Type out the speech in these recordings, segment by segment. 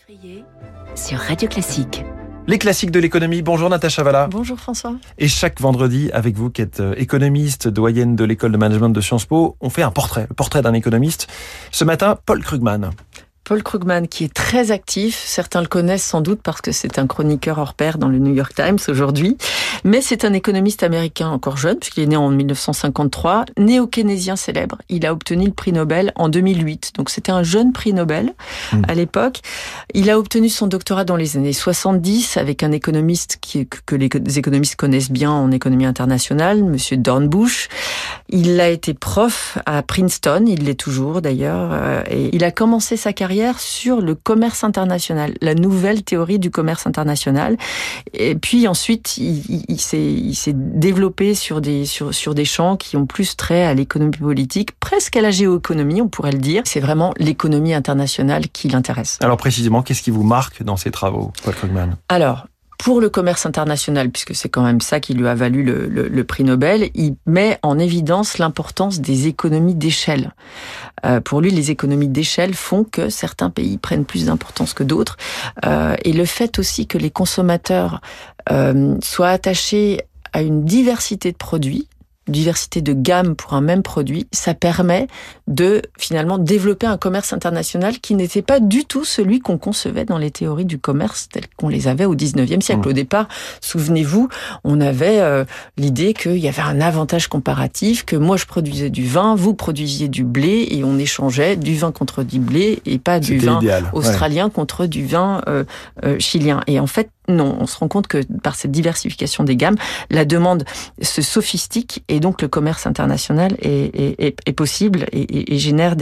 Sur Radio Classique. Les classiques de l'économie. Bonjour Natacha Valla. Bonjour François. Et chaque vendredi, avec vous qui êtes économiste, doyenne de l'école de management de Sciences Po, on fait le portrait d'un économiste. Ce matin, Paul Krugman. Paul Krugman, qui est très actif. Certains le connaissent sans doute parce que c'est un chroniqueur hors pair dans le New York Times aujourd'hui. Mais c'est un économiste américain encore jeune, puisqu'il est né en 1953, néo-keynésien célèbre. Il a obtenu le prix Nobel en 2008. Donc c'était un jeune prix Nobel à l'époque. Il a obtenu son doctorat dans les années 70 avec un économiste que les économistes connaissent bien en économie internationale, monsieur Dornbush. Il a été prof à Princeton, il l'est toujours d'ailleurs, et il a commencé sa carrière sur le commerce international, la nouvelle théorie du commerce international. Et puis ensuite, il s'est développé sur des champs qui ont plus trait à l'économie politique, presque à la géoéconomie, on pourrait le dire. C'est vraiment l'économie internationale qui l'intéresse. Alors précisément, qu'est-ce qui vous marque dans ces travaux, Paul Krugman ? Alors, pour le commerce international, puisque c'est quand même ça qui lui a valu le prix Nobel, il met en évidence l'importance des économies d'échelle. Pour lui, les économies d'échelle font que certains pays prennent plus d'importance que d'autres. Et le fait aussi que les consommateurs soient attachés à une diversité de produits, diversité de gamme pour un même produit, ça permet de finalement développer un commerce international qui n'était pas du tout celui qu'on concevait dans les théories du commerce telles qu'on les avait au 19e siècle. Au départ, souvenez-vous, on avait l'idée qu'il y avait un avantage comparatif, que moi je produisais du vin, vous produisiez du blé et on échangeait du vin contre du blé et pas du vin australien contre du vin chilien. Et en fait, non, on se rend compte que par cette diversification des gammes, la demande se sophistique et donc le commerce international est possible et génère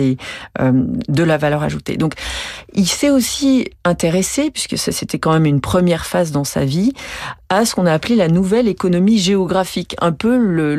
de la valeur ajoutée. Donc, il s'est aussi intéressé, puisque ça c'était quand même une première phase dans sa vie, à ce qu'on a appelé la nouvelle économie géographique, un peu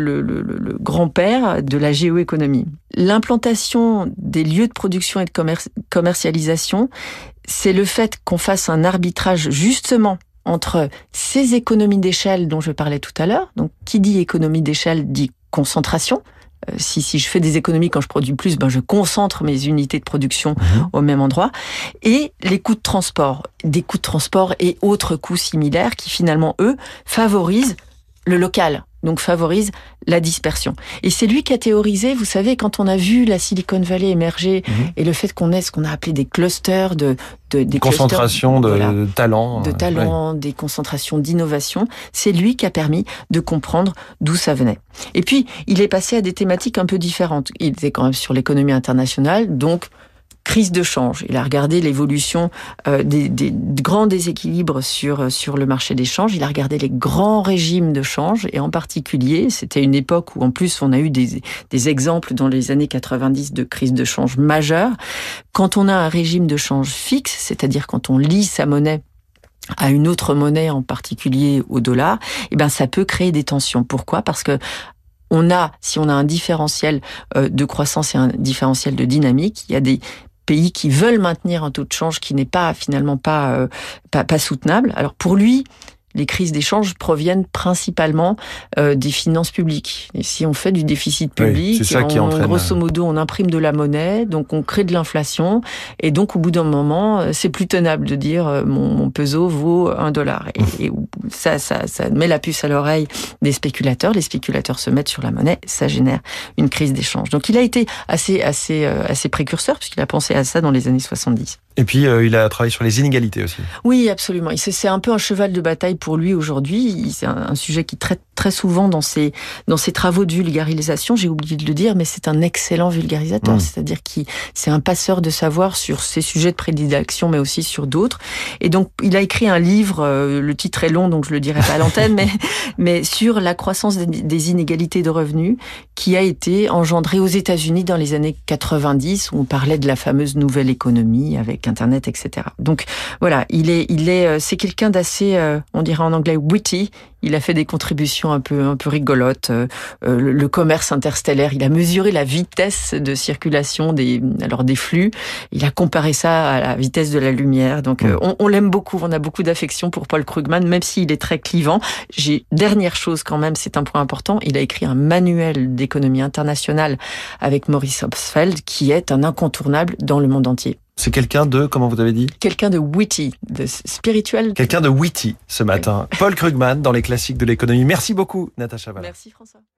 le grand-père de la géoéconomie. L'implantation des lieux de production et de commercialisation, c'est le fait qu'on fasse un arbitrage justement entre ces économies d'échelle dont je parlais tout à l'heure. Donc, qui dit économie d'échelle dit concentration. Si je fais des économies quand je produis plus, je concentre mes unités de production au même endroit. Et les coûts de transport, des coûts de transport et autres coûts similaires qui finalement, eux, favorisent le local. Donc favorise la dispersion. Et c'est lui qui a théorisé, vous savez, quand on a vu la Silicon Valley émerger et le fait qu'on ait ce qu'on a appelé des clusters des concentration de talents. De talents, des concentrations d'innovation, c'est lui qui a permis de comprendre d'où ça venait. Et puis, il est passé à des thématiques un peu différentes. Il était quand même sur l'économie internationale, donc crise de change. Il a regardé l'évolution des grands déséquilibres sur le marché des changes. Il a regardé les grands régimes de change et en particulier, c'était une époque où en plus on a eu des exemples dans les années 90 de crise de change majeure. Quand on a un régime de change fixe, c'est-à-dire quand on lie sa monnaie à une autre monnaie, en particulier au dollar, ça peut créer des tensions. Pourquoi ? Parce que si on a un différentiel de croissance et un différentiel de dynamique, il y a des pays qui veulent maintenir un taux de change qui n'est pas finalement pas soutenable. Alors pour lui, les crises d'échange proviennent principalement des finances publiques. Et si on fait du déficit public, c'est ça qui entraîne... grosso modo, on imprime de la monnaie, donc on crée de l'inflation, et donc au bout d'un moment, c'est plus tenable de dire mon peso vaut $1. Et ça met la puce à l'oreille des spéculateurs. Les spéculateurs se mettent sur la monnaie, ça génère une crise d'échange. Donc il a été assez précurseur, puisqu'il a pensé à ça dans les années 70. Et puis, il a travaillé sur les inégalités aussi. Oui, absolument. C'est un peu un cheval de bataille pour lui aujourd'hui. C'est un sujet qui traite très souvent dans ses travaux de vulgarisation. J'ai oublié de le dire, mais c'est un excellent vulgarisateur. C'est-à-dire c'est un passeur de savoir sur ses sujets de prédilection, mais aussi sur d'autres. Et donc, il a écrit un livre, le titre est long, donc je le dirai pas à l'antenne, mais sur la croissance des inégalités de revenus qui a été engendrée aux États-Unis dans les années 90, où on parlait de la fameuse nouvelle économie avec Internet, etc. Donc voilà, c'est quelqu'un d'assez, on dirait en anglais, witty. Il a fait des contributions un peu rigolotes. Le commerce interstellaire, il a mesuré la vitesse de circulation des flux. Il a comparé ça à la vitesse de la lumière. Donc on l'aime beaucoup. On a beaucoup d'affection pour Paul Krugman, même s'il est très clivant. Dernière chose quand même, c'est un point important. Il a écrit un manuel d'économie internationale avec Maurice Obstfeld, qui est un incontournable dans le monde entier. C'est quelqu'un de, comment vous avez dit? Quelqu'un de witty, de spirituel. Quelqu'un de witty ce matin. Paul Krugman dans les classiques de l'économie. Merci beaucoup, Natacha Valla. Merci François.